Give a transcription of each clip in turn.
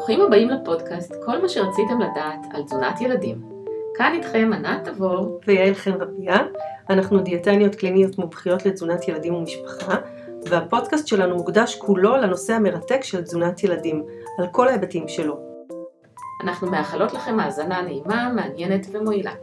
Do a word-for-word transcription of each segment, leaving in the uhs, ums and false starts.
ברוכים הבאים לפודקאסט, כל מה שרציתם לדעת על תזונת ילדים. כאן איתכם ענת תבור ויעל חן רביה. אנחנו דיאטניות קליניות מומחיות לתזונת ילדים ומשפחה, והפודקאסט שלנו מוקדש כולו לנושא המרתק של תזונת ילדים, על כל ההיבטים שלו. אנחנו מאחלות לכם האזנה נעימה, מעניינת ומועילה.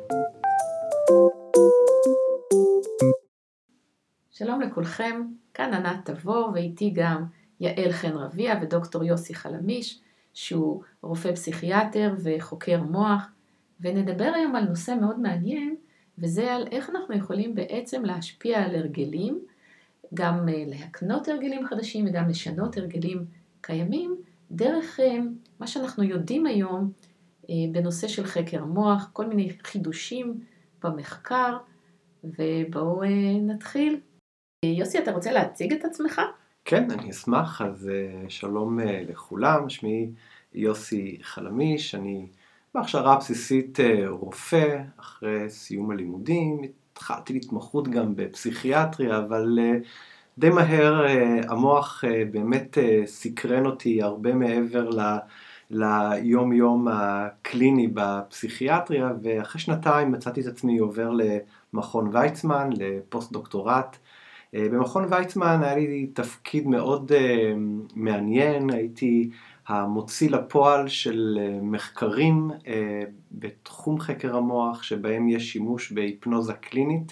שלום לכולכם, כאן ענת תבור ואיתי גם יעל חן רביה ודוקטור יוסי חלמיש, שהוא רופא פסיכיאטר וחוקר מוח, ונדבר היום על נושא מאוד מעניין, וזה על איך אנחנו יכולים בעצם להשפיע על הרגלים, גם להקנות הרגלים חדשים וגם לשנות הרגלים קיימים, דרך מה שאנחנו יודעים היום בנושא של חקר המוח, כל מיני חידושים במחקר, ובואו נתחיל. יוסי, אתה רוצה להציג את עצמך? כן, אני אשמח. אז שלום לכולם, שמי יוסי חלמיש, אני בהכשרה בסיסית רופא, אחרי סיום הלימודים, התחלתי להתמחות גם בפסיכיאטריה, אבל די מהר המוח באמת סקרן אותי הרבה מעבר ל... ליום יום הקליני בפסיכיאטריה, ואחרי שנתיים מצאתי את עצמי עובר למכון ויצמן, לפוסט דוקטורט. במכון ויצמן היה לי תפקיד מאוד מעניין, הייתי המוציא לפועל של מחקרים בתחום חקר המוח, שבהם יש שימוש בהיפנוזה קלינית.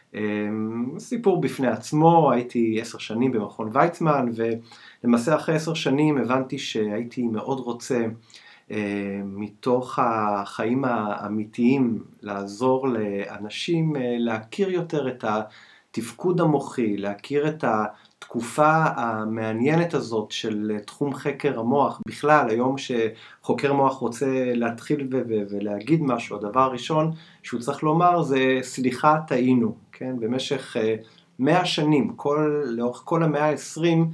סיפור בפני עצמו, הייתי עשר שנים במכון ויצמן, ולמעשה אחרי עשר שנים הבנתי שהייתי מאוד רוצה מתוך החיים האמיתיים לעזור לאנשים להכיר יותר את התפקוד המוחי, להכיר את התקופה המעניינת הזאת של תחום חקר המוח. בכלל, היום שחוקר מוח רוצה להתחיל ולהגיד משהו, הדבר הראשון שהוא צריך לומר זה סליחה, טעינו. כן? במשך מאה שנים, כל, לאורך כל המאה ה-עשרים,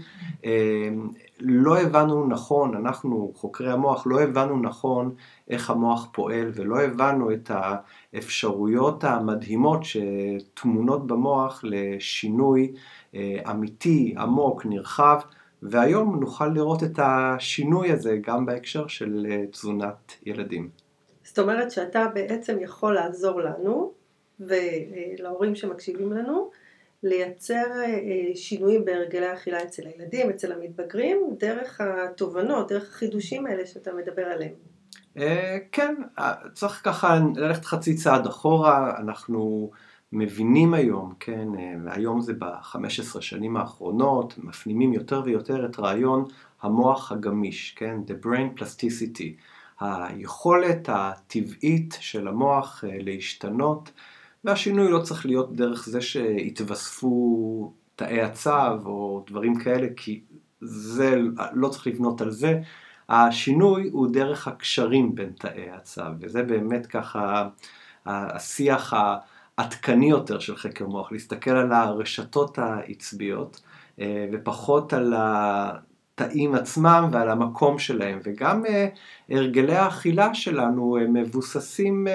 לא הבנו נכון, אנחנו חוקרי המוח לא הבנו נכון איך המוח פועל, ולא הבנו את האפשרויות המדהימות שתמונות במוח לשינוי אמיתי, עמוק, נרחב, והיום נוכל לראות את השינוי הזה גם בהקשר של תזונת ילדים. זאת אומרת שאתה בעצם יכול לעזור לנו, ולהורים שמקשיבים לנו, לייצר שינויים בהרגלי האכילה אצל הילדים, אצל המתבגרים, דרך התובנות, דרך החידושים האלה שאתה מדבר עליהם. כן, צריך ככה ללכת חצי צעד אחורה. אנחנו מבינים היום, כן, היום זה ב-חמש עשרה שנים האחרונות, מפנימים יותר ויותר את רעיון המוח הגמיש, כן, the brain plasticity, היכולת הטבעית של המוח להשתנות, והשינוי לא צריך להיות דרך זה שהתווספו תאי הצו או דברים כאלה, כי זה לא צריך לבנות על זה. השינוי הוא דרך הקשרים בין תאי הצו, וזה באמת ככה השיח העדכני יותר של חקר מוח, להסתכל על הרשתות העצביות ופחות על התאים עצמם ועל המקום שלהם, וגם הרגלי האכילה שלנו מבוססים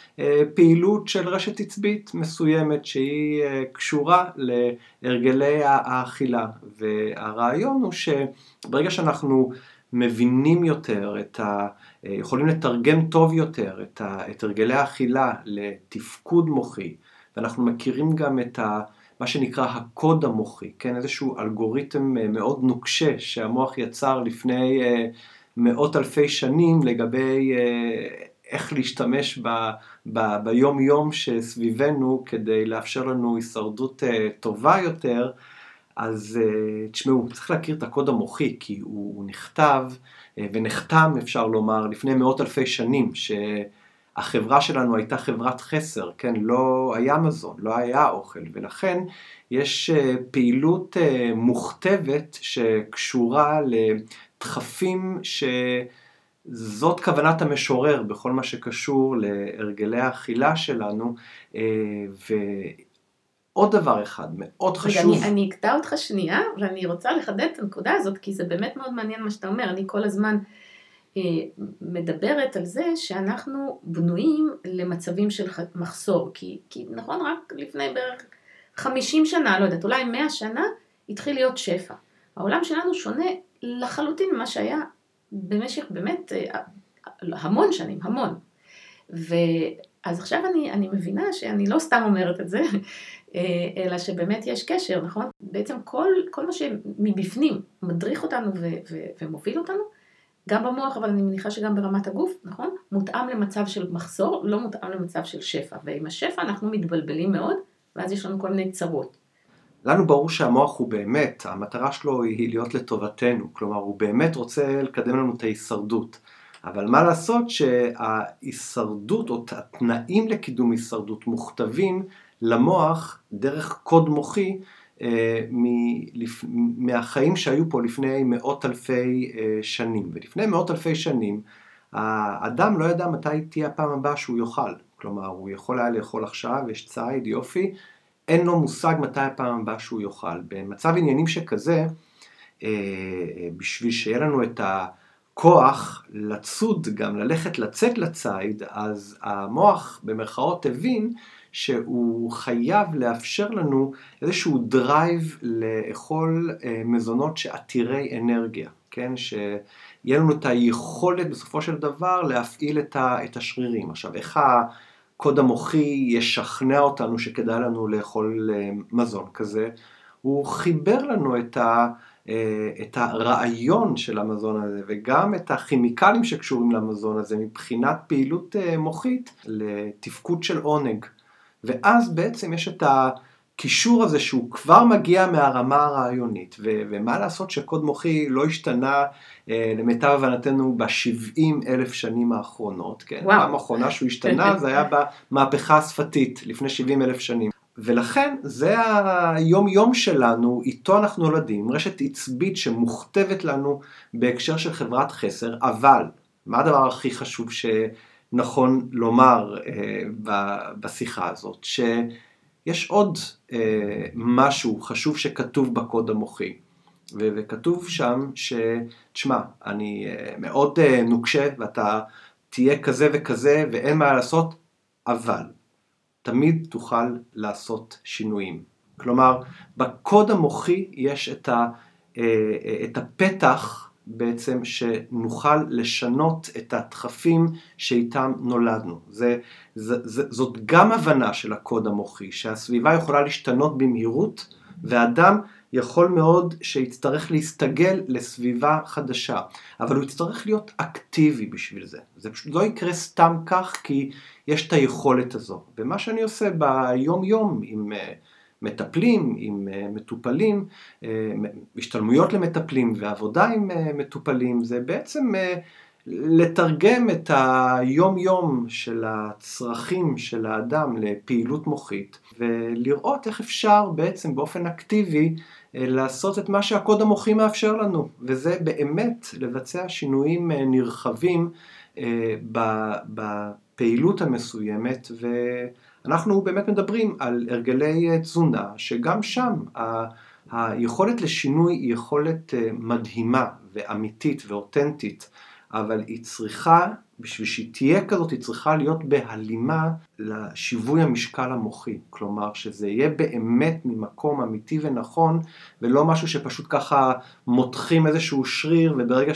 פעילות של רשת עצבית מסוימת שהיא קשורה להרגלי האכילה, והרעיון הוא שברגע שאנחנו מבינים יותר, את ה, יכולים לתרגם טוב יותר את, ה, את הרגלי האכילה לתפקוד מוחי, ואנחנו מכירים גם את ה, מה שנקרא הקוד המוחי, כן? איזשהו אלגוריתם מאוד נוקשה שהמוח יצר לפני מאות אלפי שנים לגבי איך להשתמש ב, ב, ביום יום שסביבנו כדי לאפשר לנו הישרדות טובה יותר. אז תשמעו, צריך להכיר את הקוד המוחי, כי הוא נכתב ונחתם, אפשר לומר, לפני מאות אלפי שנים, שהחברה שלנו הייתה חברת חסר, כן? לא היה מזון, לא היה אוכל, ולכן יש פעילות מוכתבת שקשורה לדחפים שזאת כוונת המשורר בכל מה שקשור להרגלי האכילה שלנו, ו... עוד דבר אחד מאוד חשוב. רגע, אני, אני אקטע אותך שנייה, ואני רוצה לחדד את הנקודה הזאת, כי זה באמת מאוד מעניין מה שאתה אומר. אני כל הזמן אה, מדברת על זה שאנחנו בנויים למצבים של מחסור, כי, כי נכון, רק לפני בערך חמישים שנה, לא יודעת, אולי מאה שנה, התחיל להיות שפע. העולם שלנו שונה לחלוטין ממה שהיה במשך באמת המון שנים, המון. ואז עכשיו אני, אני מבינה שאני לא סתם אומרת את זה, אלא שבאמת יש קשר, נכון? בעצם כל, כל מה שמבפנים מדריך אותנו ו, ו, ומוביל אותנו, גם במוח, אבל אני מניחה שגם ברמת הגוף, נכון? מותאם למצב של מחסור, לא מותאם למצב של שפע. ועם השפע אנחנו מתבלבלים מאוד, ואז יש לנו כל מיני צרות. לנו ברור שהמוח הוא באמת, המטרה שלו היא להיות לטובתנו, כלומר הוא באמת רוצה לקדם לנו את ההישרדות. אבל מה לעשות שההישרדות או התנאים לקידום הישרדות מוכתבים למוח דרך קוד מוחי מהחיים שהיו פה לפני מאות אלפי שנים. ולפני מאות אלפי שנים האדם לא ידע מתי תהיה הפעם הבאה שהוא יאכל. כלומר הוא יכול היה לאכול עכשיו, יש ציד, יופי, אין לו מושג מתי הפעם הבאה שהוא יאכל. במצב עניינים שכזה, בשביל שיהיה לנו את הכוח לצוד, גם ללכת לצאת לציד, אז המוח במרכאות הבין שהוא חייב לאפשר לנו איזשהו דרייב לאכול מזונות שעתירי אנרגיה, כן? שיהיה לנו את היכולת בסופו של דבר להפעיל את השרירים. עכשיו, איך הקוד המוחי ישכנע אותנו שכדאי לנו לאכול מזון כזה? הוא חיבר לנו את ה... את הרעיון של המזון הזה וגם את הכימיקלים שקשורים למזון הזה מבחינת פעילות מוחית לתפקוד של עונג. ואז בעצם יש את הקישור הזה שהוא כבר מגיע מהרמה הרעיונית, ו- ומה לעשות שקוד מוחי לא השתנה למיטב הבנתנו ב-שבעים אלף שנים האחרונות, כן? פעם האחרונה שהוא השתנה זה היה במהפכה השפתית לפני שבעים אלף שנים. ולכן זה היום יום שלנו, איתו אנחנו נולדים, רשת עצבית שמוכתבת לנו בהקשר של חברת חסר, אבל מה הדבר הכי חשוב שנכון לומר אה, בשיחה הזאת? שיש עוד אה, משהו חשוב שכתוב בקוד המוחי, ו- וכתוב שם שתשמע, אני אה, מאוד אה, נוקשה ואתה תהיה כזה וכזה ואין מה לעשות, אבל תמיד תוכל לעשות שינויים. כלומר, בקוד המוחי יש את, ה, את הפתח בעצם שנוכל לשנות את הדחפים שאיתם נולדנו. זה, זה, זה, זאת גם הבנה של הקוד המוחי, שהסביבה יכולה להשתנות במהירות, והאדם יכול מאוד שיצטרך להסתגל לסביבה חדשה, אבל הוא יצטרך להיות אקטיבי בשביל זה. זה פשוט לא יקרה סתם כך, כי יש את היכולת הזו. ומה שאני עושה ביום יום עם מטפלים, עם מטופלים, השתלמויות למטפלים ועבודה עם מטופלים, זה בעצם לתרגם את היום יום של הצרכים של האדם לפעילות מוחית, ולראות איך אפשר בעצם באופן אקטיבי לעשות את מה שהקוד המוחי מאפשר לנו, וזה באמת לבצע שינויים נרחבים בפעילות המסוימת, ואנחנו באמת מדברים על הרגלי תזונה, שגם שם היכולת לשינוי היא יכולת מדהימה ואמיתית ואותנטית, אבל היא צריכה, בשביל שהיא תהיה כזאת, היא צריכה להיות בהלימה לשיווי המשקל המוחי. כלומר, שזה יהיה באמת ממקום אמיתי ונכון, ולא משהו שפשוט ככה מותחים איזשהו שריר, וברגע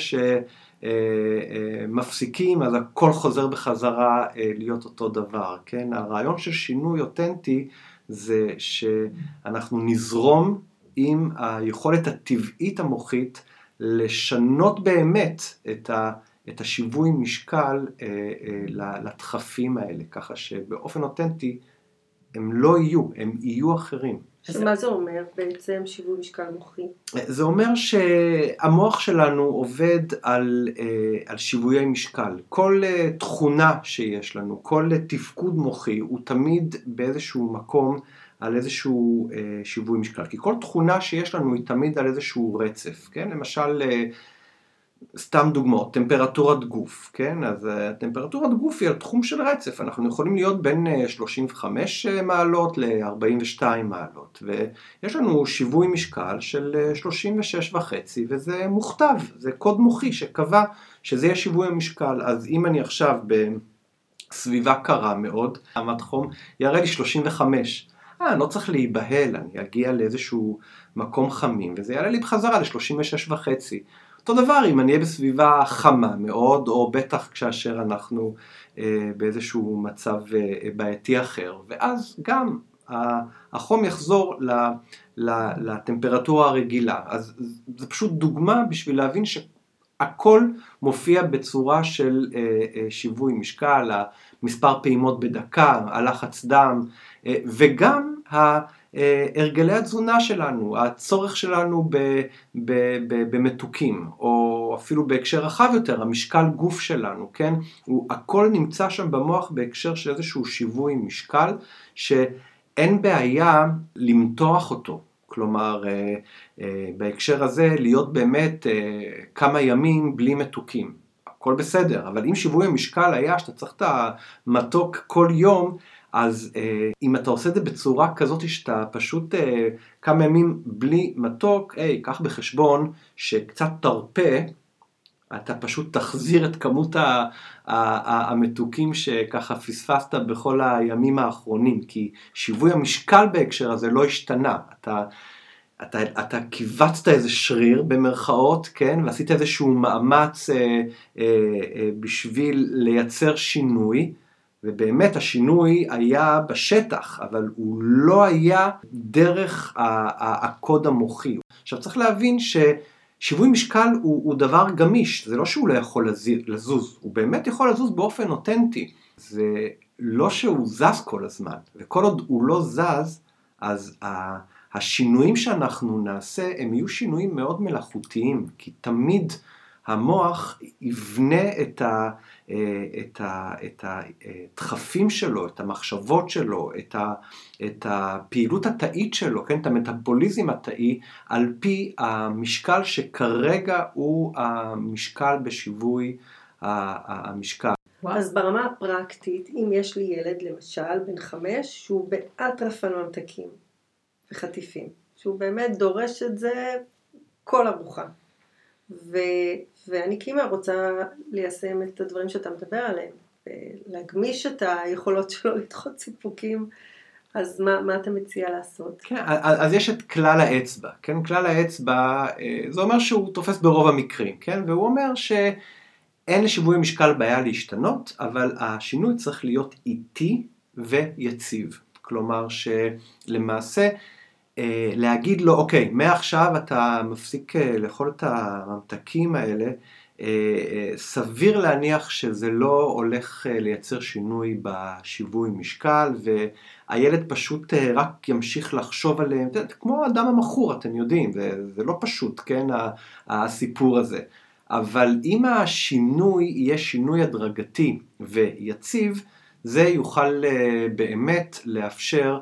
שמפסיקים, אז הכל חוזר בחזרה להיות אותו דבר. כן? הרעיון של שינוי אותנטי, זה שאנחנו נזרום עם היכולת הטבעית המוחית, לשנות באמת את ה... את השיווי משקל אה, אה, לדחפים האלה, ככה שבאופן אותנטי הם לא יהיו, הם יהיו אחרים. שמה זה אומר בעצם שיווי משקל מוחי? זה אומר שהמוח שלנו עובד על, אה, על שיוויי משקל. כל אה, תכונה שיש לנו, כל אה, תפקוד מוחי, הוא תמיד באיזשהו מקום על איזשהו אה, שיווי משקל. כי כל תכונה שיש לנו היא תמיד על איזשהו רצף, כן? למשל, אה, סתם דוגמאות, טמפרטורת גוף, כן? אז טמפרטורת גוף היא על תחום של רצף, אנחנו יכולים להיות בין שלושים וחמש מעלות ל-ארבעים ושתיים מעלות, ויש לנו שיווי משקל של שלושים ושש וחצי, וזה מוכתב, זה קוד מוחי שקבע שזה יהיה שיווי המשקל. אז אם אני עכשיו בסביבה קרה מאוד, רמת חום יראה לי שלושים וחמש, אה, אני לא צריך להיבהל, אני אגיע לאיזשהו מקום חמים, וזה יעלה לי בחזרה ל-שלושים ושש וחצי. אותו דבר אם אני אהיה בסביבה חמה מאוד, או בטח כאשר אנחנו אה, באיזשהו מצב אה, בעייתי אחר, ואז גם החום יחזור ל, ל, לטמפרטורה הרגילה. אז זה פשוט דוגמה בשביל להבין שהכל מופיע בצורה של אה, אה, שיווי משקל, מספר פעימות בדקה, הלחץ דם, אה, וגם ה... הרגלי התזונה שלנו, הצורך שלנו ב, ב, ב, במתוקים, או אפילו בהקשר רחב יותר, המשקל גוף שלנו, כן? הוא, הכל נמצא שם במוח בהקשר של איזשהו שיווי משקל, שאין בעיה למתוח אותו. כלומר, בהקשר הזה, להיות באמת כמה ימים בלי מתוקים. הכל בסדר, אבל אם שיווי המשקל היה שאתה צריך את המתוק כל יום, אז אה, אם אתה עושה את זה בצורה כזאת שאתה פשוט אה, כמה ימים בלי מתוק, היי, קח בחשבון שקצת תרפה, אתה פשוט תחזיר את כמות ה- ה- ה- המתוקים שככה פספסת בכל הימים האחרונים, כי שיווי המשקל בהקשר הזה לא השתנה, אתה, אתה, אתה קיבצת איזה שריר במרכאות, כן, ועשית איזשהו מאמץ אה, אה, אה, בשביל לייצר שינוי, ובאמת השינוי היה בשטח, אבל הוא לא היה דרך הקוד המוחי. עכשיו צריך להבין ששיווי משקל הוא, הוא דבר גמיש, זה לא שהוא לא יכול לזוז, הוא באמת יכול לזוז באופן אותנטי. זה לא שהוא זז כל הזמן, וכל עוד הוא לא זז, אז השינויים שאנחנו נעשה הם יהיו שינויים מאוד מלאכותיים, כי תמיד המוח יבנה את ה... את ה, את הדחפים שלו, את המחשבות שלו, את ה, את הפעילות התאית שלו, כן, את המטאבוליזם התאי, על פי המשקל שכרגע הוא המשקל בשיווי המשקל. אז ברמה הפרקטית, אם יש לי ילד למשל בן חמש, שהוא באטרף על ממתקים וחטיפים, שהוא באמת דורש את זה כל ארוחה, ו... ואני כאמא רוצה ליישם את הדברים שאתה מדבר עליהם, ולהגמיש את היכולות שלו לדחות סיפוקים, אז מה, מה אתה מציע לעשות? כן, אז יש את כלל האצבע, כן? כלל האצבע, זה אומר שהוא תופס ברוב המקרים, כן? והוא אומר שאין לשיווי משקל בעיה להשתנות, אבל השינוי צריך להיות איטי ויציב. כלומר שלמעשה, להגיד לו, אוקיי, מעכשיו אתה מפסיק לאכול את הממתקים האלה, סביר להניח שזה לא הולך לייצר שינוי בשיווי משקל, והילד פשוט רק ימשיך לחשוב עליהם, כמו האדם המכור, אתם יודעים, זה, זה לא פשוט, כן, הסיפור הזה. אבל אם השינוי יהיה שינוי הדרגתי ויציב, זה יוכל באמת לאפשר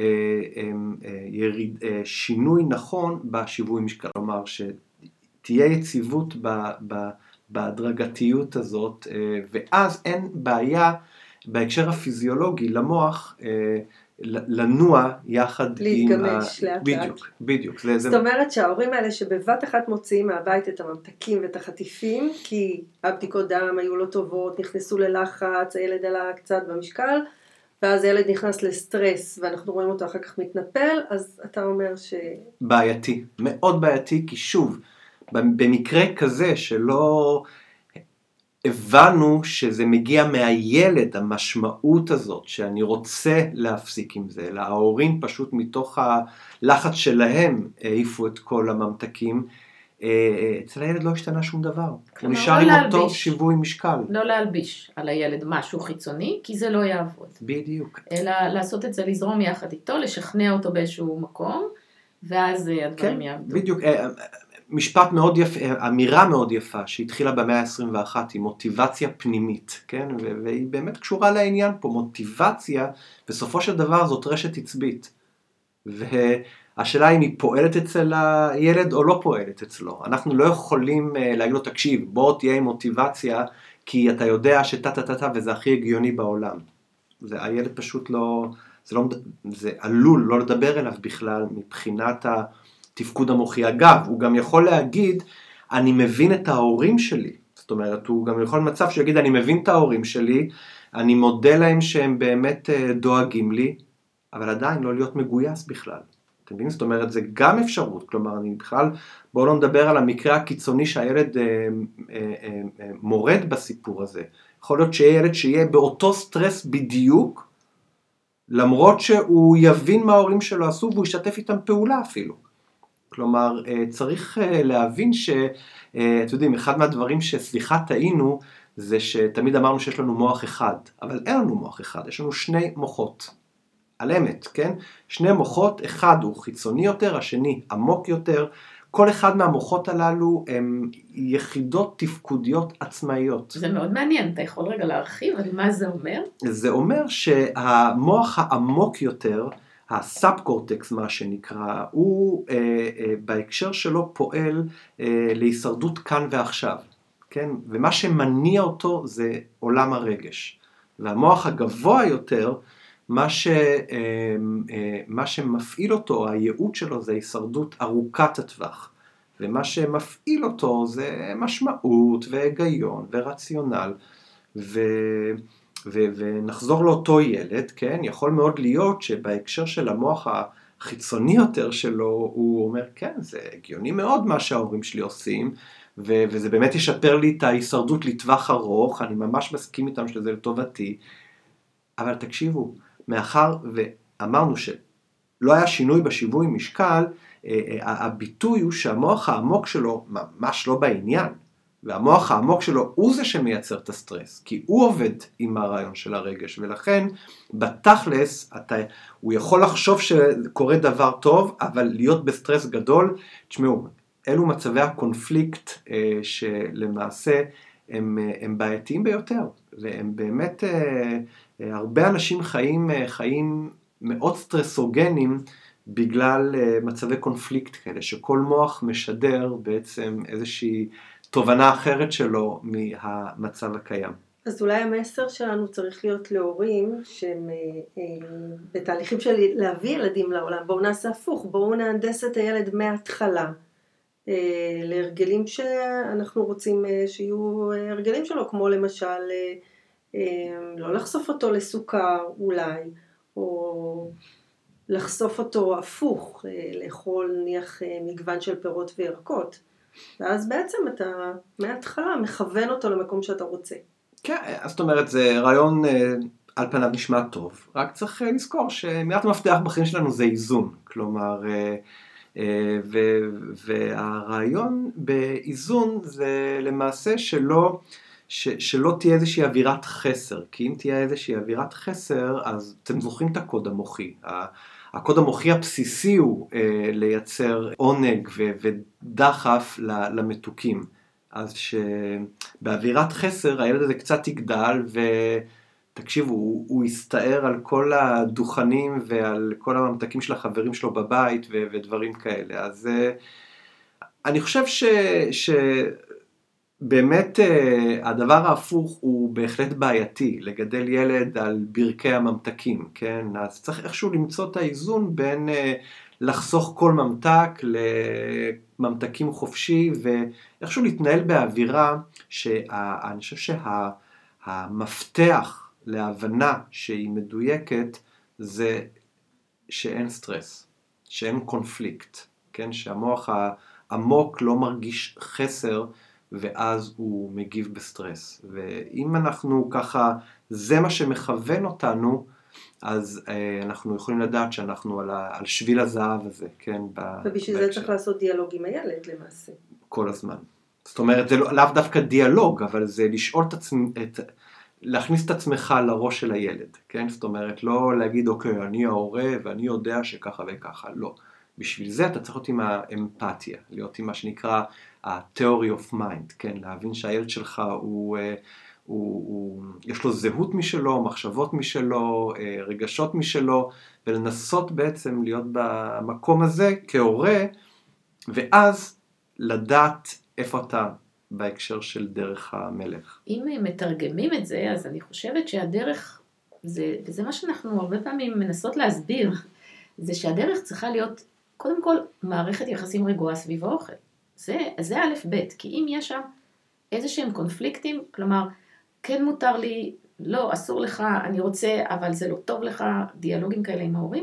יריד, שינוי נכון בשיווי משקל, כלומר שתהיה יציבות בהדרגתיות הזאת, ואז אין בעיה בהקשר הפיזיולוגי למוח לנוע יחד להתגמש לאט לאט. בדיוק, בדיוק. זאת אומרת שההורים האלה שבבת אחת מוציאים מהבית את הממתקים ואת החטיפים, כי הבדיקות דם היו לא טובות, נכנסו ללחץ, הילד עלה קצת במשקל, ואז הילד נכנס לסטרס, ואנחנו רואים אותו אחר כך מתנפל, אז אתה אומר ש... בעייתי, מאוד בעייתי, כי שוב, במקרה כזה שלא הבנו שזה מגיע מהילד, המשמעות הזאת, שאני רוצה להפסיק עם זה, להורים פשוט מתוך הלחץ שלהם העיפו את כל הממתקים, אצל הילד לא השתנה שום דבר. הוא נשאר עם אותו שיווי משקל. לא להלביש על הילד משהו חיצוני, כי זה לא יעבוד. בדיוק. אלא לעשות את זה, לזרום יחד איתו, לשכנע אותו באיזשהו מקום, ואז הדברים יעבדו. בדיוק. משפט מאוד יפה, אמירה מאוד יפה, שהתחילה במאה ה-עשרים ואחת, היא מוטיבציה פנימית, כן? והיא באמת קשורה לעניין פה, מוטיבציה, בסופו של דבר זאת רשת עצבית. והשאלה אם היא פועלת אצל הילד או לא פועלת אצלו. אנחנו לא יכולים להגיד לו, תקשיב, בוא תהיה עם מוטיבציה, כי אתה יודע שטה-טה-טה, וזה הכי הגיוני בעולם. זה, הילד פשוט לא, זה לא, זה עלול לא לדבר אליו בכלל, מבחינת ה... תפקוד המוחי. אגב, הוא גם יכול להגיד, אני מבין את ההורים שלי. זאת אומרת, הוא גם יכול למצב שיגיד, אני מבין את ההורים שלי, אני מודה להם שהם באמת דואגים לי, אבל עדיין לא להיות מגויס בכלל. אתם מבינים? זאת אומרת, זה גם אפשרות, כלומר, אני בכלל, בואו לא נדבר על המקרה הקיצוני שהילד אה, אה, אה, אה, מורד בסיפור הזה. יכול להיות שיהיה ילד שיהיה באותו סטרס בדיוק, למרות שהוא יבין מה ההורים שלו עשו, והוא ישתף איתם פעולה אפילו. כלומר, צריך להבין ש, אתם יודעים, אחד מהדברים שסליחה טעינו, זה שתמיד אמרנו שיש לנו מוח אחד, אבל אין לנו מוח אחד, יש לנו שני מוחות, על אמת, כן? שני מוחות, אחד הוא חיצוני יותר, השני עמוק יותר, כל אחד מהמוחות הללו הם יחידות תפקודיות עצמאיות. זה מאוד מעניין, אתה יכול רגע להרחיב על מה זה אומר? זה אומר שהמוח העמוק יותר, הסאב קורטקס מה שנקרא, הוא אה, אה, בהקשר שלו פועל אה, להישרדות כאן ועכשיו, כן? ומה שמניע אותו זה עולם הרגש. והמוח הגבוה יותר, מה, ש, אה, אה, מה שמפעיל אותו, הייעוד שלו זה הישרדות ארוכת הטווח. ומה שמפעיל אותו זה משמעות והיגיון ורציונל. ו... ו- ונחזור לאותו ילד, כן, יכול מאוד להיות שבהקשר של המוח החיצוני יותר שלו, הוא אומר, כן, זה הגיוני מאוד מה שההורים שלי עושים, ו- וזה באמת ישפר לי את ההישרדות לטווח ארוך, אני ממש מסכים איתם שזה לטובתי, אבל תקשיבו, מאחר ואמרנו שלא היה שינוי בשיווי משקל, הביטוי הוא שהמוח העמוק שלו ממש לא בעניין, והמוח העמוק שלו הוא זה שמייצר את הסטרס, כי הוא עובד עם הרעיון של הרגש, ולכן בתכלס אתה, הוא יכול לחשוב שקורה דבר טוב, אבל להיות בסטרס גדול, תשמעו, אלו מצבי הקונפליקט אה, שלמעשה הם, הם בעייתיים ביותר, והם באמת, אה, אה, הרבה אנשים חיים, אה, חיים מאוד סטרסוגנים, בגלל אה, מצבי קונפליקט כאלה, שכל מוח משדר בעצם איזושהי תובנה אחרת שלו מהמצב הקיים. אז אולי המסר שלנו צריך להיות להורים שהם אה, בתהליכים של להביא ילדים לעולם. בואו נעשה הפוך, בואו נהנדס את הילד מההתחלה אה, להרגלים שאנחנו רוצים אה, שיהיו הרגלים שלו, כמו למשל אה, אה, לא לחשוף אותו לסוכר אולי, או לחשוף אותו הפוך, אה, לאכול נניח אה, מגוון של פירות וירקות. ואז בעצם אתה מההתחלה מכוון אותו למקום שאתה רוצה. כן, זאת אומרת, זה רעיון על פניו נשמע טוב, רק צריך לזכור שמילת המפתח בחיים שלנו זה איזון, כלומר, והרעיון באיזון זה למעשה שלא, שלא תהיה איזושהי אווירת חסר, כי אם תהיה איזושהי אווירת חסר, אז אתם זוכרים את הקוד המוחי, הקוד המוחי הבסיסי הוא אה, לייצר עונג ו- ודחף למתוקים. אז שבאווירת חסר הילד הזה קצת יגדל, ותקשיבו, הוא, הוא יסתער על כל הדוכנים ועל כל הממתקים של החברים שלו בבית ו- ודברים כאלה. אז אה, אני חושב ש... ש- באמת הדבר ההפוך הוא בהחלט בעייתי, לגדל ילד על ברכי הממתקים, כן? אז צריך איכשהו למצוא את האיזון בין לחסוך כל ממתק לממתקים חופשי, ואיכשהו להתנהל באווירה שאני חושב שהמפתח להבנה שהיא מדויקת זה שאין סטרס, שאין קונפליקט, כן? שהמוח העמוק לא מרגיש חסר, ואז הוא מגיב בסטרס. ואם אנחנו ככה, זה מה שמכוון אותנו, אז אה, אנחנו יכולים לדעת שאנחנו על, ה, על שביל הזהב הזה, כן? ובשביל זה צריך לעשות דיאלוג עם הילד למעשה. כל הזמן. זאת אומרת, זה לא, לאו דווקא דיאלוג, אבל זה לשאול את עצמי, את, להכניס את עצמך לראש של הילד, כן? זאת אומרת, לא להגיד, אוקיי, אני ההורה ואני יודע שככה וככה, לא. בשביל זה אתה צריך להיות עם האמפתיה, להיות עם מה שנקרא ה-theory of mind, כן? להבין שהילד שלך הוא, הוא, הוא, יש לו זהות משלו, מחשבות משלו, רגשות משלו, ולנסות בעצם להיות במקום הזה כהורה, ואז לדעת איפה אתה בהקשר של דרך המלך. אם מתרגמים את זה, אז אני חושבת שהדרך, זה, וזה מה שאנחנו הרבה פעמים מנסות להסביר, זה שהדרך צריכה להיות, קודם כל, מערכת יחסים רגועה סביב האוכל. זה, זה א' ב', כי אם יש שם איזה שהם קונפליקטים, כלומר, כן מותר לי, לא, אסור לך, אני רוצה, אבל זה לא טוב לך, דיאלוגים כאלה עם ההורים,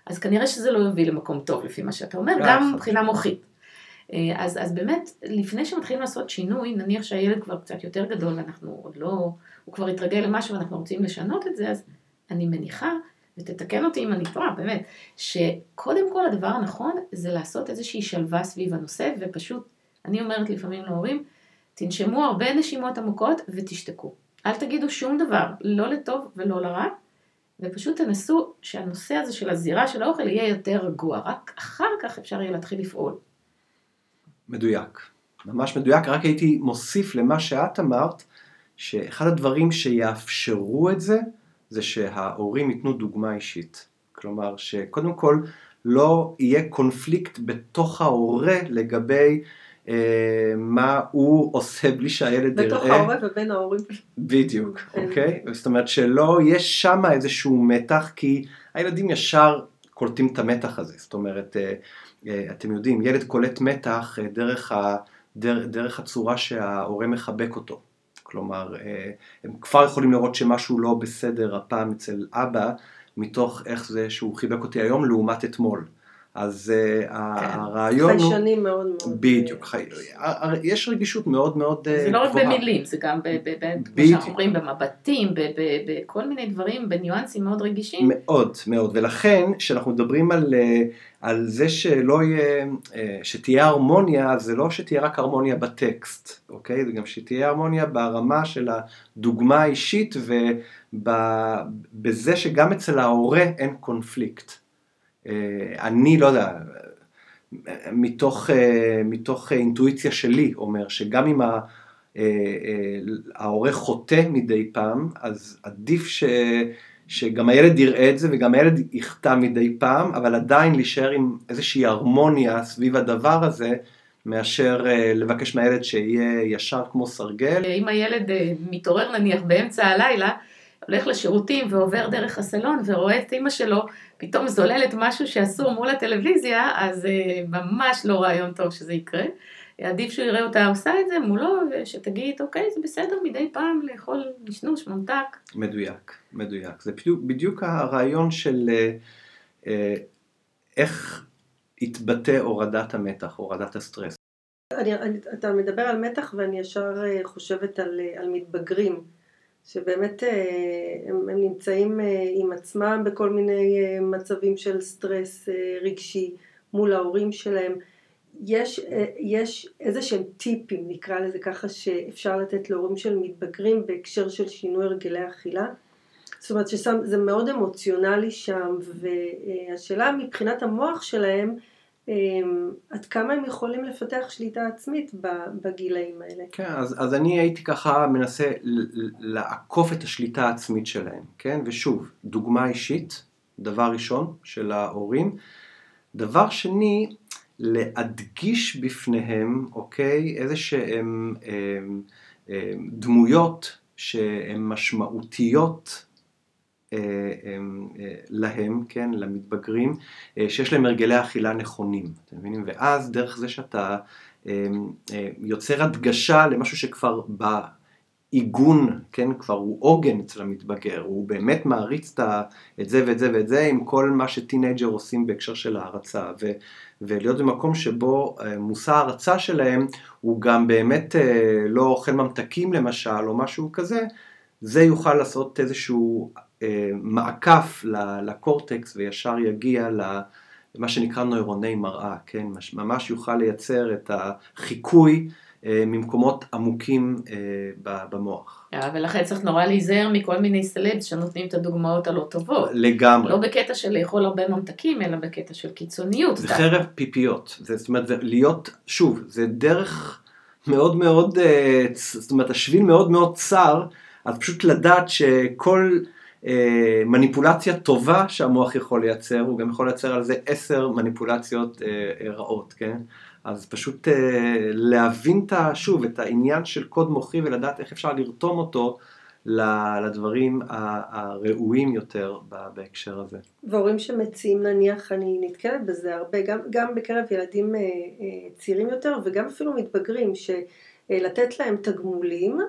אז כנראה שזה לא יוביל למקום טוב, לפי מה שאתה אומר, גם מבחינה מוחית. אז, אז באמת, לפני שמתחילים לעשות שינוי, נניח שהילד כבר קצת יותר גדול, ואנחנו עוד לא, הוא כבר התרגל למשהו, ואנחנו רוצים לשנות את זה, אז אני מניחה, ותתקן אותי אם אני טועה, באמת, שקודם כל הדבר הנכון, זה לעשות איזושהי שלווה סביב הנושא, ופשוט, אני אומרת לפעמים להורים, תנשמו הרבה נשימות עמוקות, ותשתקו. אל תגידו שום דבר, לא לטוב ולא לרע, ופשוט תנסו שהנושא הזה של הזירה של האוכל יהיה יותר רגוע, רק אחר כך אפשר יהיה להתחיל לפעול. מדויק, ממש מדויק, רק הייתי מוסיף למה שאת אמרת, שאחד הדברים שיאפשרו את זה, זה שההורים ייתנו דוגמה אישית. כלומר, שקודם כל לא יהיה קונפליקט בתוך ההורה לגבי אה, מה הוא עושה בלי שהילד יראה. בתוך ההורה ובין ההורים. בדיוק, אוקיי? זאת אומרת שלא יש שם איזשהו מתח, כי הילדים ישר קולטים את המתח הזה. זאת אומרת, אה, אתם יודעים, ילד קולט מתח דרך, ה, דרך, דרך הצורה שההורה מחבק אותו. כלומר, הם כבר יכולים לראות שמשהו לא בסדר הפעם אצל אבא, מתוך איך זה שהוא חיבק אותי היום לעומת אתמול. אז כן. הרעיון הוא... חיישנים מאוד מאוד. בדיוק, חי... יש רגישות מאוד מאוד גבוהה. זה לא רק במילים, זה גם, כמו שאנחנו אומרים, במבטים, בכל מיני דברים, בניואנסים מאוד רגישים. מאוד, מאוד, ולכן, כשאנחנו מדברים על, על זה שלא יהיה, שתהיה הרמוניה, זה לא שתהיה רק הרמוניה בטקסט, אוקיי? זה גם שתהיה הרמוניה ברמה של הדוגמה האישית, ובזה שגם אצל ההורה אין קונפליקט. אני לא יודע, מתוך, מתוך אינטואיציה שלי אומר שגם אם ההורה חוטא מדי פעם, אז עדיף ש, שגם הילד יראה את זה וגם הילד יחטא מדי פעם, אבל עדיין להישאר עם איזושהי הרמוניה סביב הדבר הזה, מאשר לבקש מהילד שיהיה ישר כמו סרגל. אם הילד מתעורר נניח באמצע הלילה, הולך לשירותים ועובר דרך הסלון ורואה את אמא שלו, פתאום זוללת משהו שאסור מול הטלוויזיה, אז ממש לא רעיון טוב שזה יקרה. עדיף שהוא יראה אותה עושה את זה מולו, ושתגיד, אוקיי, זה בסדר מדי פעם לאכול נשנוש, ממתק. מדויק, מדויק. זה בדיוק, בדיוק הרעיון של אה, איך התבטא הורדת המתח, הורדת הסטרס. אני, אני, אתה מדבר על מתח ואני ישר חושבת על, על מתבגרים. שבאמת הם, הם נמצאים עם עצמם בכל מיני מצבים של סטרס רגשי מול ההורים שלהם. יש, יש איזה שהם טיפים, נקרא לזה ככה, שאפשר לתת להורים של מתבגרים בהקשר של שינוי הרגלי אכילה. זאת אומרת שזה מאוד אמוציונלי שם, והשאלה מבחינת המוח שלהם, עד כמה הם יכולים לפתח שליטה עצמית בגילאים האלה. כן, אז, אז אני הייתי ככה מנסה לעקוף את השליטה העצמית שלהם, כן? ושוב, דוגמה אישית, דבר ראשון של ההורים. דבר שני, להדגיש בפניהם, אוקיי, איזה שהם הם, הם, דמויות שהן משמעותיות להם, כן, למתבגרים, שיש להם הרגלי אכילה נכונים, אתם מבינים? ואז דרך זה שאתה יוצר הדגשה למשהו שכבר בעיגון, כן, כבר הוא עוגן אצל המתבגר, הוא באמת מעריץ את זה ואת זה ואת זה, עם כל מה שטינג'ר עושים בהקשר של ההרצה, ו, ולהיות במקום שבו מושא ההרצה שלהם, הוא גם באמת לא אוכל ממתקים למשל, או משהו כזה, זה יוכל לעשות איזשהו מעקף לקורטקס וישר יגיע למה שנקרא נוירוני מראה, כן? ממש יוכל לייצר את החיקוי ממקומות עמוקים במוח. ולכן צריך נורא להיזהר מכל מיני סלבס שנותנים את הדוגמאות הלא טובות. לגמרי. לא בקטע של לאכול הרבה ממתקים, אלא בקטע של קיצוניות. זה חרב פיפיות. זאת אומרת, להיות, שוב, זה דרך מאוד מאוד, זאת אומרת, השביל מאוד מאוד צר, אז פשוט לדעת שכל מניפולציה טובה שהמוח יכול לייצר, הוא גם יכול לייצר על זה עשר מניפולציות רעות, כן? אז פשוט להבין את, שוב, את העניין של קוד מוחי ולדעת איך אפשר לרתום אותו לדברים הראויים יותר בהקשר הזה. והורים שמציעים נניח, אני נתקלת בזה הרבה, גם, גם בקרב ילדים צעירים יותר וגם אפילו מתבגרים, שלתת להם תגמולים,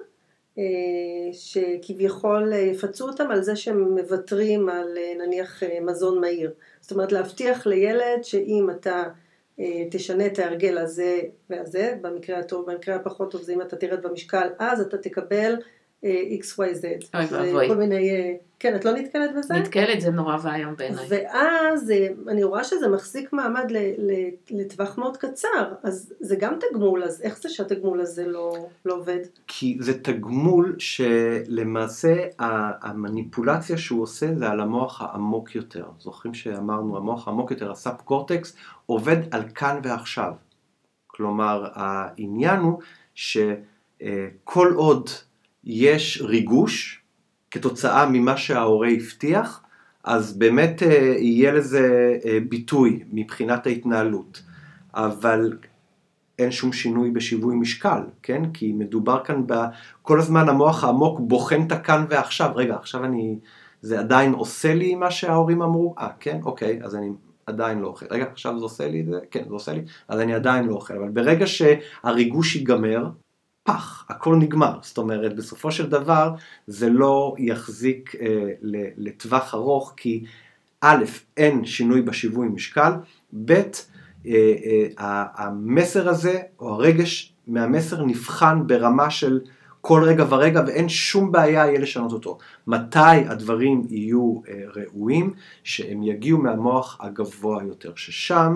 שכביכול יפצו אותם על זה שהם מוותרים על נניח מזון מהיר. זאת אומרת להבטיח לילד שאם אתה תשנה את ההרגל הזה והזה, במקרה הטוב, במקרה הפחות טוב זה אם אתה תרד במשקל, אז אתה תקבל אקס וואי זד. אוי ואבוי. כל מיני, כן, את לא נתקלת בזה? נתקלת, זה נורא והיום בעיניי. ואז אני רואה שזה מחזיק מעמד לטווח מאוד קצר, אז זה גם תגמול, אז איך זה שהתגמול הזה לא, לא עובד? כי זה תגמול שלמעשה המניפולציה שהוא עושה זה על המוח העמוק יותר. זוכרים שאמרנו, המוח העמוק יותר, הסאב קורטקס, עובד על כאן ועכשיו. כלומר, העניין הוא שכל עוד יש ריגוש, כתוצאה ממה שההורה הבטיח, אז באמת יהיה לזה ביטוי מבחינת ההתנהלות. אבל אין שום שינוי בשיווי משקל, כן? כי מדובר כאן בכל הזמן המוח העמוק בוחן את הכאן ועכשיו. רגע, עכשיו אני, זה עדיין עושה לי מה שההורים אמרו? אה, כן? אוקיי, אז אני עדיין לא אוכל. רגע, עכשיו זה עושה לי את זה? כן, זה עושה לי. אז אני עדיין לא אוכל. אבל ברגע שהריגוש ייגמר, פח, הכל נגמר. זאת אומרת, בסופו של דבר, זה לא יחזיק אה, לטווח ארוך, כי א', אין שינוי בשיווי משקל, ב', אה, אה, המסר הזה, או הרגש מהמסר נבחן ברמה של כל רגע ורגע, ואין שום בעיה יהיה לשנות אותו. מתי הדברים יהיו אה, ראויים, שהם יגיעו מהמוח הגבוה יותר, ששם,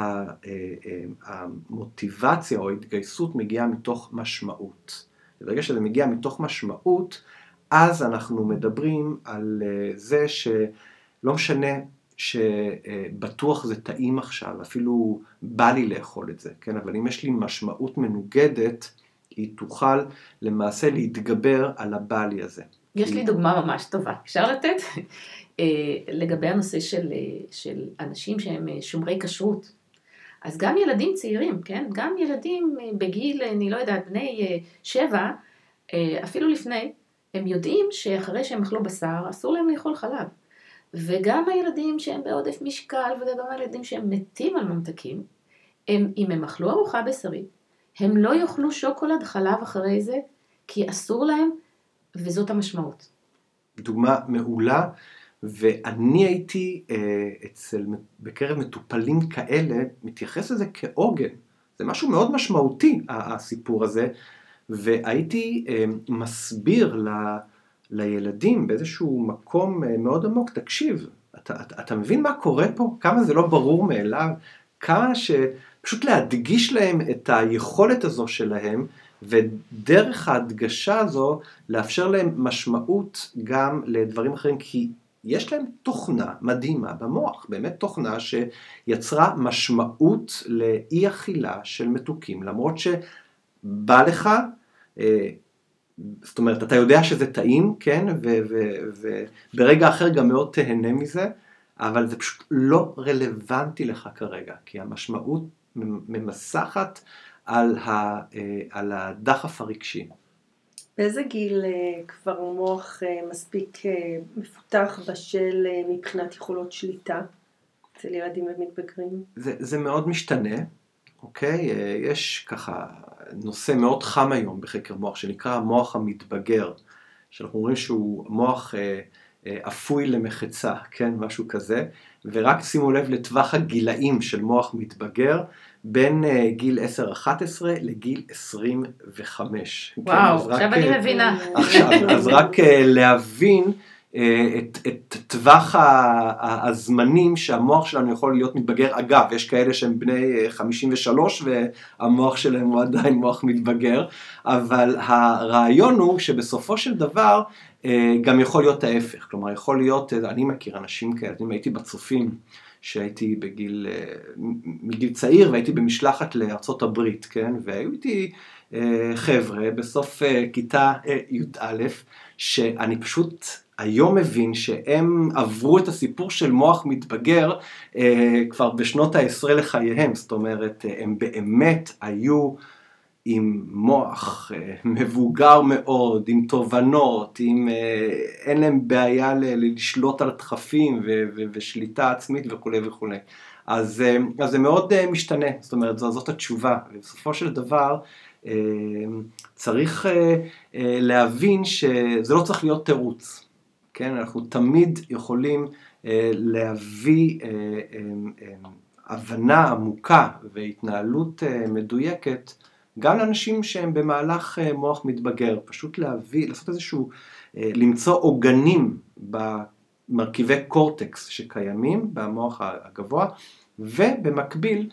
המוטיבציה או ההתגייסות מגיעה מתוך משמעות. ברגע שזה מגיע מתוך משמעות, אז אנחנו מדברים על זה שלא משנה שבטוח זה טעים עכשיו, אפילו בא לי לאכול את זה, כן? אבל אם יש לי משמעות מנוגדת, היא תוכל למעשה להתגבר על הבא לי הזה. יש לי דוגמה ממש טובה, אפשר לתת? לגבי הנושא של, של אנשים שהם שומרי כשרות. אז גם ילדים צעירים, כן? גם ילדים בגיל, אני לא יודעת, בני שבע, אפילו לפני, הם יודעים שאחרי שהם אכלו בשר, אסור להם לאכול חלב. וגם הילדים שהם בעודף משקל, וגם הילדים שהם מתים על ממתקים, הם, אם הם אכלו ארוחה בשרית, הם לא יאכלו שוקולד חלב אחרי זה, כי אסור להם, וזאת המשמעות. דוגמה מעולה, ואני הייתי אה, אצל, בקרב מטופלים כאלה, מתייחס לזה כעוגן. זה משהו מאוד משמעותי, הסיפור הזה, והייתי אה, מסביר ל, לילדים באיזשהו מקום אה, מאוד עמוק, תקשיב, אתה, אתה, אתה מבין מה קורה פה? כמה זה לא ברור מאליו? כמה שפשוט להדגיש להם את היכולת הזו שלהם, ודרך ההדגשה הזו, לאפשר להם משמעות גם לדברים אחרים, כי יש להם תוכנה מדהימה במוח, באמת תוכנה שיצרה משמעות לאי אכילה של מתוקים, למרות שבא לך, זאת אומרת, אתה יודע שזה טעים, כן, וברגע אחר גם מאוד תהנה מזה, אבל זה פשוט לא רלוונטי לך כרגע, כי המשמעות ממסכת על, ה, על הדחף הרגשי. באיזה גיל כבר מוח מספיק מפותח בשל מבחינת יכולות שליטה אצל ילדים ומתבגרים? זה, זה מאוד משתנה, אוקיי? יש ככה נושא מאוד חם היום בחקר מוח, שנקרא המוח המתבגר, שאנחנו אומרים שהוא מוח אפוי למחצה, כן? משהו כזה, ורק שימו לב לטווח הגילאים של מוח מתבגר, בין גיל עשר אחת עשרה לגיל עשרים וחמש. וואו, כן, עכשיו רק, אני מבינה. עכשיו, אז רק להבין את, את טווח הזמנים שהמוח שלנו יכול להיות מתבגר. אגב, יש כאלה שהם בני חמישים ושלוש והמוח שלהם הוא עדיין מוח מתבגר, אבל הרעיון הוא שבסופו של דבר גם יכול להיות ההפך. כלומר, יכול להיות, אני מכיר אנשים כאלה, אני הייתי בצופים, שהייתי בגיל, מגיל צעיר, והייתי במשלחת לארצות הברית, כן? והיו איתי חבר'ה בסוף כיתה י"א, שאני פשוט היום מבין שהם עברו את הסיפור של מוח מתבגר כבר בשנות העשרה לחייהם, זאת אומרת, הם באמת היו עם מוח מבוגר מאוד, עם תובנות, עם, אין להם בעיה לשלוט על הדחפים ושליטה עצמית וכו' וכו'. אז, אז זה מאוד משתנה, זאת אומרת, זאת התשובה. ובסופו של דבר, צריך אה, אה, להבין שזה לא צריך להיות תירוץ, כן? אנחנו תמיד יכולים אה, להביא אה, אה, אה, הבנה עמוקה והתנהלות אה, מדויקת, גם לאנשים שהם במהלך אה, מוח מתבגר, פשוט להביא, לעשות איזשהו, אה, למצוא עוגנים במרכיבי קורטקס שקיימים במוח הגבוה, ובמקביל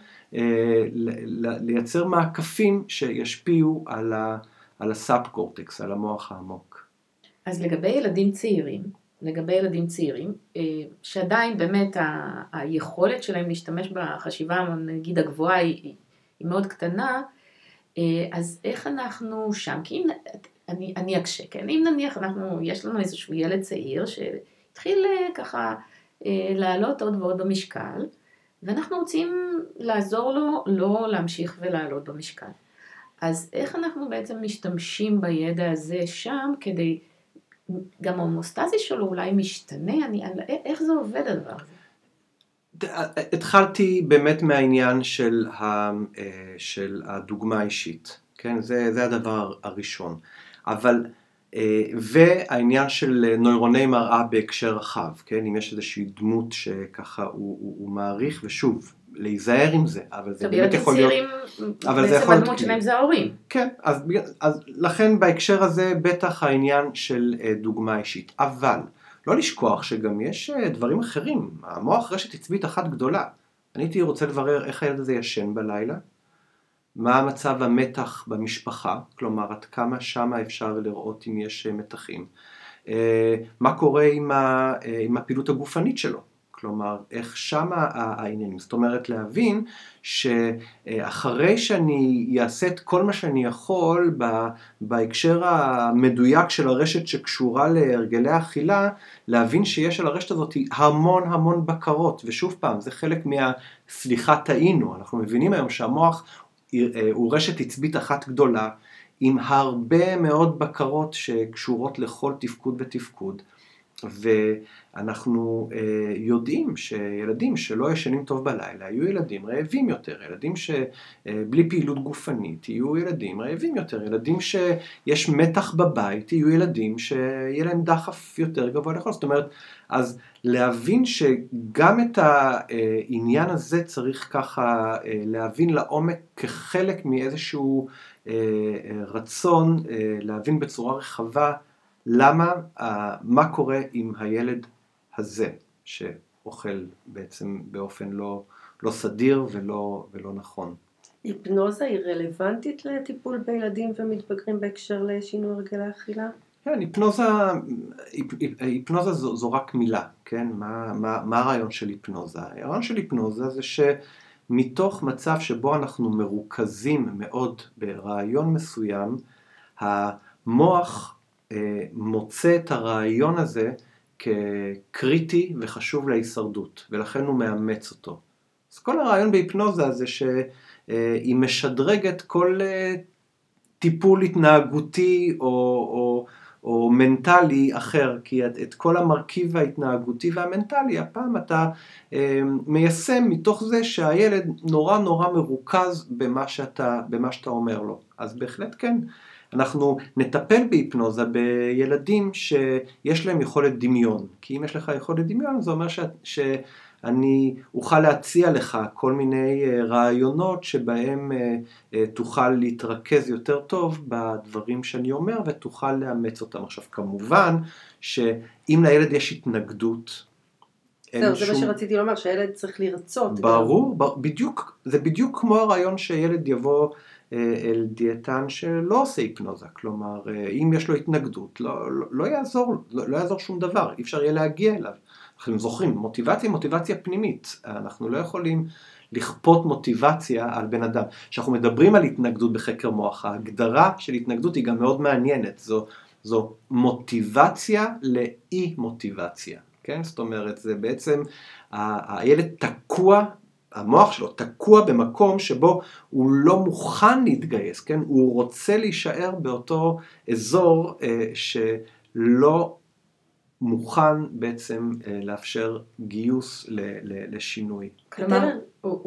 לייצר מעקפים שישפיעו על, ה, על הסאב קורטקס, על המוח העמוק. אז לגבי ילדים צעירים, לגבי ילדים צעירים, שעדיין באמת ה, היכולת שלהם להשתמש בחשיבה, נגיד הגבוהה, היא, היא מאוד קטנה, אז איך אנחנו שם? כי אם, אני, אני אקשה, כן? אם נניח אנחנו, יש לנו איזשהו ילד צעיר שהתחיל ככה לעלות עוד ועוד במשקל, ואנחנו רוצים לעזור לו לא להמשיך ולעלות במשקל. אז איך אנחנו בעצם משתמשים בידע הזה שם, כדי, גם ההומוסטזי שלו אולי משתנה, אני, איך זה עובד הדבר הזה? התחלתי באמת מהעניין של, ה, של הדוגמה האישית, כן? זה, זה הדבר הראשון. אבל, והעניין של נוירוני מראה בהקשר רחב, כן? אם יש איזושהי דמות שככה הוא, הוא, הוא מעריך, ושוב, להיזהר עם זה, אבל זה באמת יכול להיות... אבל זה יכול להיות... הדמות שלהם זה ההורים. כן, אז, אז לכן בהקשר הזה בטח העניין של דוגמה אישית. אבל לא לשכוח שגם יש דברים אחרים. המוח רשת עצבית אחת גדולה. אני הייתי רוצה לברר איך הילד הזה ישן בלילה, מה המצב המתח במשפחה, כלומר עד כמה שמה אפשר לראות אם יש מתחים, מה קורה עם, ה, עם הפעילות הגופנית שלו, כלומר איך שמה העניינים, זאת אומרת להבין שאחרי שאני אעשה את כל מה שאני יכול בהקשר המדויק של הרשת שקשורה להרגלי אכילה, להבין שיש על הרשת הזאת המון המון בקרות, ושוב פעם זה חלק מהסליחה טעינו, אנחנו מבינים היום שהמוח הוא רשת עצבית אחת גדולה, עם הרבה מאוד בקרות שקשורות לכל תפקוד ותפקוד, ואנחנו יודעים שילדים שלא ישנים טוב בלילה, יהיו ילדים רעבים יותר, ילדים שבלי פעילות גופנית, יהיו ילדים רעבים יותר, ילדים שיש מתח בבית, יהיו ילדים שיהיה להם דחף יותר גבוה לאכול, זאת אומרת, אז להבין שגם את העניין הזה צריך ככה להבין לעומק כחלק מאיזשהו רצון להבין בצורה רחבה למה, מה קורה עם הילד הזה שאוכל בעצם באופן לא, לא סדיר ולא, ולא נכון. היפנוזה היא רלוונטית לטיפול בילדים ומתבגרים בהקשר לשינוי הרגלי אכילה? כן, היפנוזה, היפנוזה זו, זו רק מילה, כן? מה, מה, מה הרעיון של היפנוזה? הרעיון של היפנוזה זה שמתוך מצב שבו אנחנו מרוכזים מאוד ברעיון מסוים, המוח אה, מוצא את הרעיון הזה כקריטי וחשוב להישרדות, ולכן הוא מאמץ אותו. אז כל הרעיון בהיפנוזה זה שהיא משדרגת כל טיפול התנהגותי או, או או מנטלי אחר, כי את, את כל המרכיב ההתנהגותי והמנטלי, הפעם אתה אה, מיישם מתוך זה שהילד נורא נורא מרוכז במה שאתה, במה שאתה אומר לו. אז בהחלט כן, אנחנו נטפל בהיפנוזה בילדים שיש להם יכולת דמיון, כי אם יש לך יכולת דמיון, זה אומר ש... ש אני אוכל להציע לך כל מיני רעיונות שבהם תוכל להתרכז יותר טוב בדברים שאני אומר ותוכל לאמץ אותם. עכשיו כמובן שאם לילד יש התנגדות, זהו, זה מה שרציתי לומר, שהילד צריך לרצות. ברור, בדיוק, זה בדיוק כמו הרעיון שילד יבוא אל דיאטן שלא עושה היפנוזה, כלומר אם יש לו התנגדות, לא, לא, לא יעזור, לא, לא יעזור שום דבר, אי אפשר יהיה להגיע אליו. אנחנו זוכרים, מוטיבציה היא מוטיבציה פנימית, אנחנו לא יכולים לכפות מוטיבציה על בן אדם. כשאנחנו מדברים על התנגדות בחקר מוח, ההגדרה של התנגדות היא גם מאוד מעניינת, זו, זו מוטיבציה לאי מוטיבציה, כן? זאת אומרת, זה בעצם, הילד תקוע, המוח שלו תקוע במקום שבו הוא לא מוכן להתגייס, כן? הוא רוצה להישאר באותו אזור אה, שלא מוכן בעצם לאפשר גיוס לשינוי. כלומר, הוא, הוא,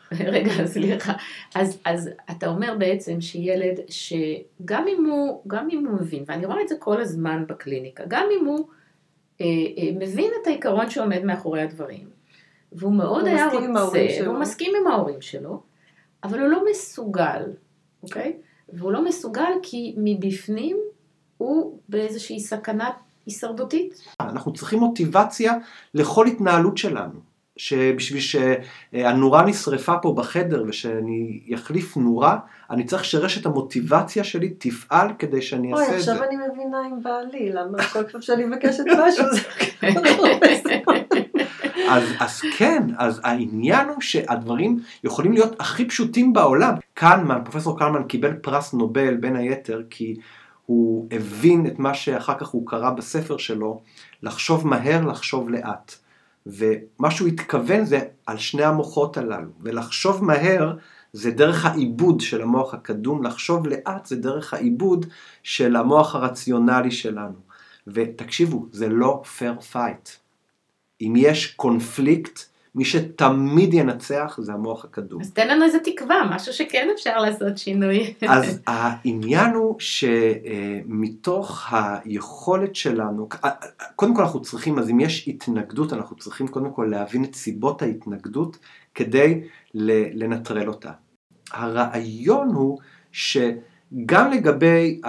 רגע, סליחה. אז, אז אתה אומר בעצם שילד שגם אם הוא, גם אם הוא מבין, ואני רואה את זה כל הזמן בקליניקה, גם אם הוא אה, אה, מבין את העיקרון שעומד מאחורי הדברים, והוא מאוד הוא היה מסכים עם רוצה, ההורים שלו. והוא מסכים עם ההורים שלו, אבל הוא לא מסוגל, אוקיי? והוא לא מסוגל כי מבפנים הוא באיזושהי סכנה הישרדותית. אנחנו צריכים מוטיבציה לכל התנהלות שלנו, שבשביל שהנורה נשרפה פה בחדר ושאני יחליף נורה, אני צריך שרשת המוטיבציה שלי תפעל כדי שאני אעשה את זה. אוי, עכשיו אני מבינה עם בעלי, למה כל פעם שאני מבקשת משהו זה ככה. אז, אז כן, אז העניין הוא שהדברים יכולים להיות הכי פשוטים בעולם. קלמן, פרופסור קלמן קיבל פרס נובל בין היתר, כי הוא הבין את מה שאחר כך הוא קרא בספר שלו, לחשוב מהר, לחשוב לאט. ומה שהוא התכוון זה על שני המוחות הללו, ולחשוב מהר זה דרך העיבוד של המוח הקדום, לחשוב לאט זה דרך העיבוד של המוח הרציונלי שלנו. ותקשיבו, זה לא fair fight. אם יש קונפליקט, מי שתמיד ינצח זה המוח הקדום. אז תן לנו איזה תקווה, משהו שכן אפשר לעשות שינוי. אז העניין הוא שמתוך היכולת שלנו, קודם כל אנחנו צריכים, אז אם יש התנגדות, אנחנו צריכים קודם כל להבין את סיבות ההתנגדות, כדי לנטרל אותה. הרעיון הוא שגם לגבי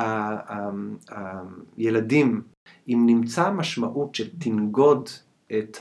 הילדים, אם נמצא משמעות שתנגוד את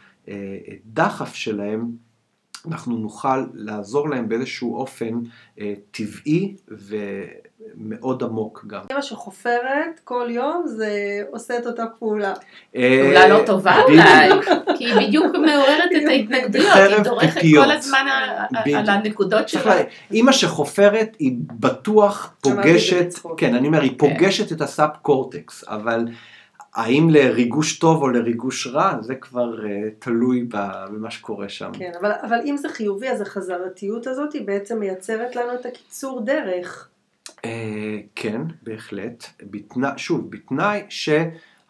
הדחף שלהם, אנחנו נוכל לעזור להם באיזשהו אופן טבעי ומאוד עמוק גם. אמא שחופרת כל יום זה עושה את אותה פעולה. פעולה לא טובה אולי, כי היא בדיוק מעוררת את ההתנגדויות, היא דורכת כל הזמן על הנקודות שלה. אמא שחופרת היא בטוח פוגשת, כן אני אומר, היא פוגשת את הסאב קורטקס, אבל האם לריגוש טוב או לריגוש רע, זה כבר uh, תלוי במה שקורה שם. כן, אבל, אבל אם זה חיובי, אז החזרתיות הזאת היא בעצם מייצרת לנו את הקיצור דרך. Uh, כן, בהחלט. בתנא, שוב, בתנאי שה...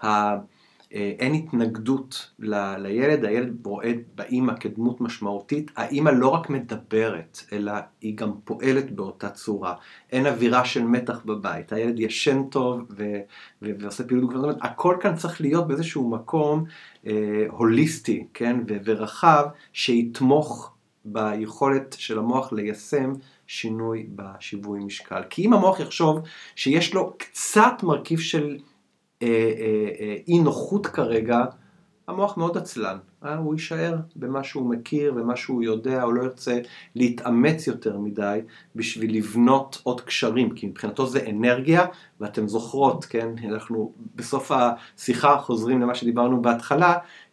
אין התנגדות ל, לילד, הילד רואה באמא כדמות משמעותית, האמא לא רק מדברת, אלא היא גם פועלת באותה צורה, אין אווירה של מתח בבית, הילד ישן טוב ו, ו, ועושה פעילות גבוהה, הכל כאן צריך להיות באיזשהו מקום אה, הוליסטי, כן, ו, ורחב, שיתמוך ביכולת של המוח ליישם שינוי בשיווי משקל, כי אם המוח יחשוב שיש לו קצת מרכיב של אי נוחות כרגע, המוח מאוד עצלן, אה? הוא יישאר במה שהוא מכיר, במה שהוא יודע, הוא לא ירצה להתאמץ יותר מדי בשביל לבנות עוד קשרים, כי מבחינתו זה אנרגיה, ואתם זוכרות, כן, אנחנו בסוף השיחה חוזרים למה שדיברנו בהתחלה,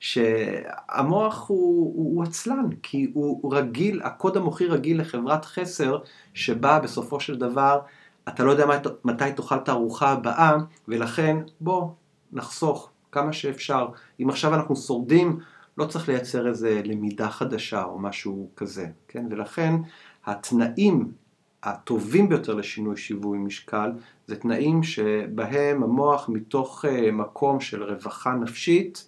שהמוח הוא, הוא, הוא עצלן, כי הוא, הוא רגיל, הקוד המוחי רגיל לחברת חסר, שבה בסופו של דבר, אתה לא יודע מתי תאכל את הארוחה הבאה, ולכן בוא נחסוך כמה שאפשר. אם עכשיו אנחנו שורדים, לא צריך לייצר איזה למידה חדשה או משהו כזה, כן? ולכן התנאים הטובים ביותר לשינוי שיווי משקל, זה תנאים שבהם המוח מתוך מקום של רווחה נפשית,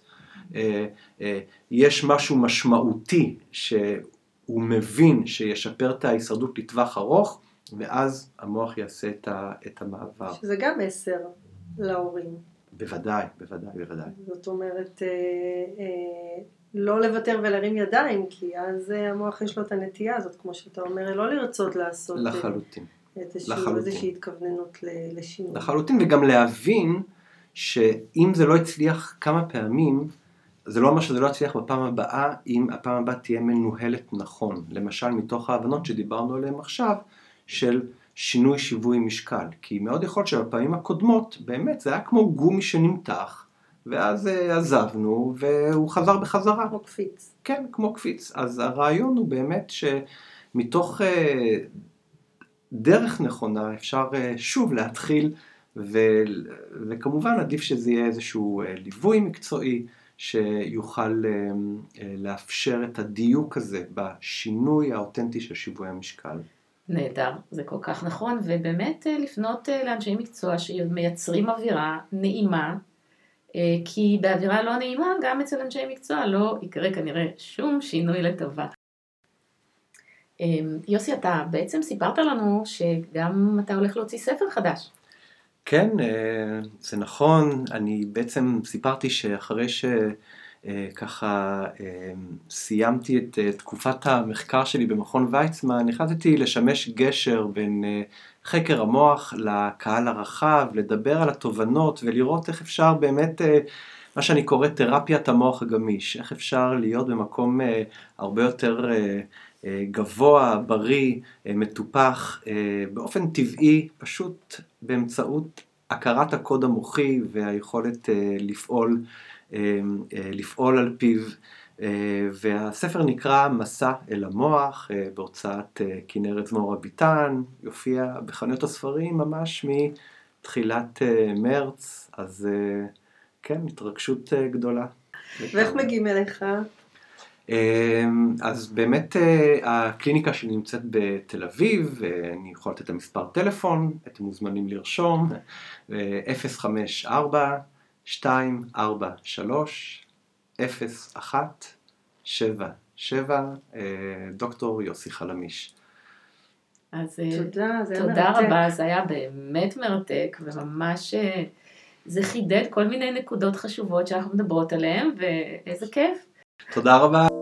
יש משהו משמעותי שהוא מבין שישפר את ההישרדות לטווח ארוך, ואז המוח יעשה את המעבר. שזה גם מסר להורים. בוודאי, בוודאי, בוודאי. זאת אומרת, אה, אה, לא לוותר ולהרים ידיים, כי אז המוח יש לו את הנטייה הזאת, כמו שאתה אומר, לא לרצות לעשות לחלוטין. איזושהי, איזושהי התכווננות לשינוי. לחלוטין, וגם להבין שאם זה לא הצליח כמה פעמים, זה לא אומר שזה לא יצליח בפעם הבאה, אם הפעם הבאה תהיה מנוהלת נכון. למשל, מתוך ההבנות שדיברנו עליהן עכשיו, של שינוי שיווי משקל, כי מאוד יכול להיות שבפעמים הקודמות, באמת זה היה כמו גומי שנמתח, ואז עזבנו, והוא חזר בחזרה. כמו קפיץ. כן, כמו קפיץ. אז הרעיון הוא באמת שמתוך דרך נכונה, אפשר שוב להתחיל, ו... וכמובן עדיף שזה יהיה איזשהו ליווי מקצועי, שיוכל לאפשר את הדיוק הזה, בשינוי האותנטי של שיווי המשקל. נהדר, זה כל כך נכון, ובאמת לפנות לאנשי מקצוע שמייצרים אווירה נעימה, כי באווירה לא נעימה, גם אצל אנשי מקצוע לא יקרה כנראה שום שינוי לטובה. יוסי, אתה בעצם סיפרת לנו שגם אתה הולך להוציא ספר חדש. כן, זה נכון. אני בעצם סיפרתי שאחרי שככה סיימתי את תקופת המחקר שלי במכון ויצמן, החלטתי לשמש גשר בין חקר המוח לקהל הרחב, לדבר על התובנות ולראות איך אפשר באמת, מה שאני קורא תרפיית המוח הגמיש, איך אפשר להיות במקום הרבה יותר גבוה, בריא, מטופח, באופן טבעי, פשוט באמצעות הכרת הקוד המוחי והיכולת לפעול, לפעול על פיו. והספר נקרא מסע אל המוח, בהוצאת כנרת זמורה ביטן, יופיע בחנויות הספרים ממש מתחילת מרץ, אז כן, התרגשות גדולה. ואיך מגיעים אליך? אז באמת הקליניקה שלי נמצאת בתל אביב, אני יכול לתת את המספר טלפון, אתם מוזמנים לרשום, אפס חמש ארבע שתיים ארבע שלוש אפס אחת שבע שבע, דוקטור יוסי חלמיש. אז תודה, זה היה תודה מרתק. רבה, זה היה באמת מרתק, וממש זה חידד כל מיני נקודות חשובות שאנחנו מדברות עליהן, ואיזה כיף. תודה רבה.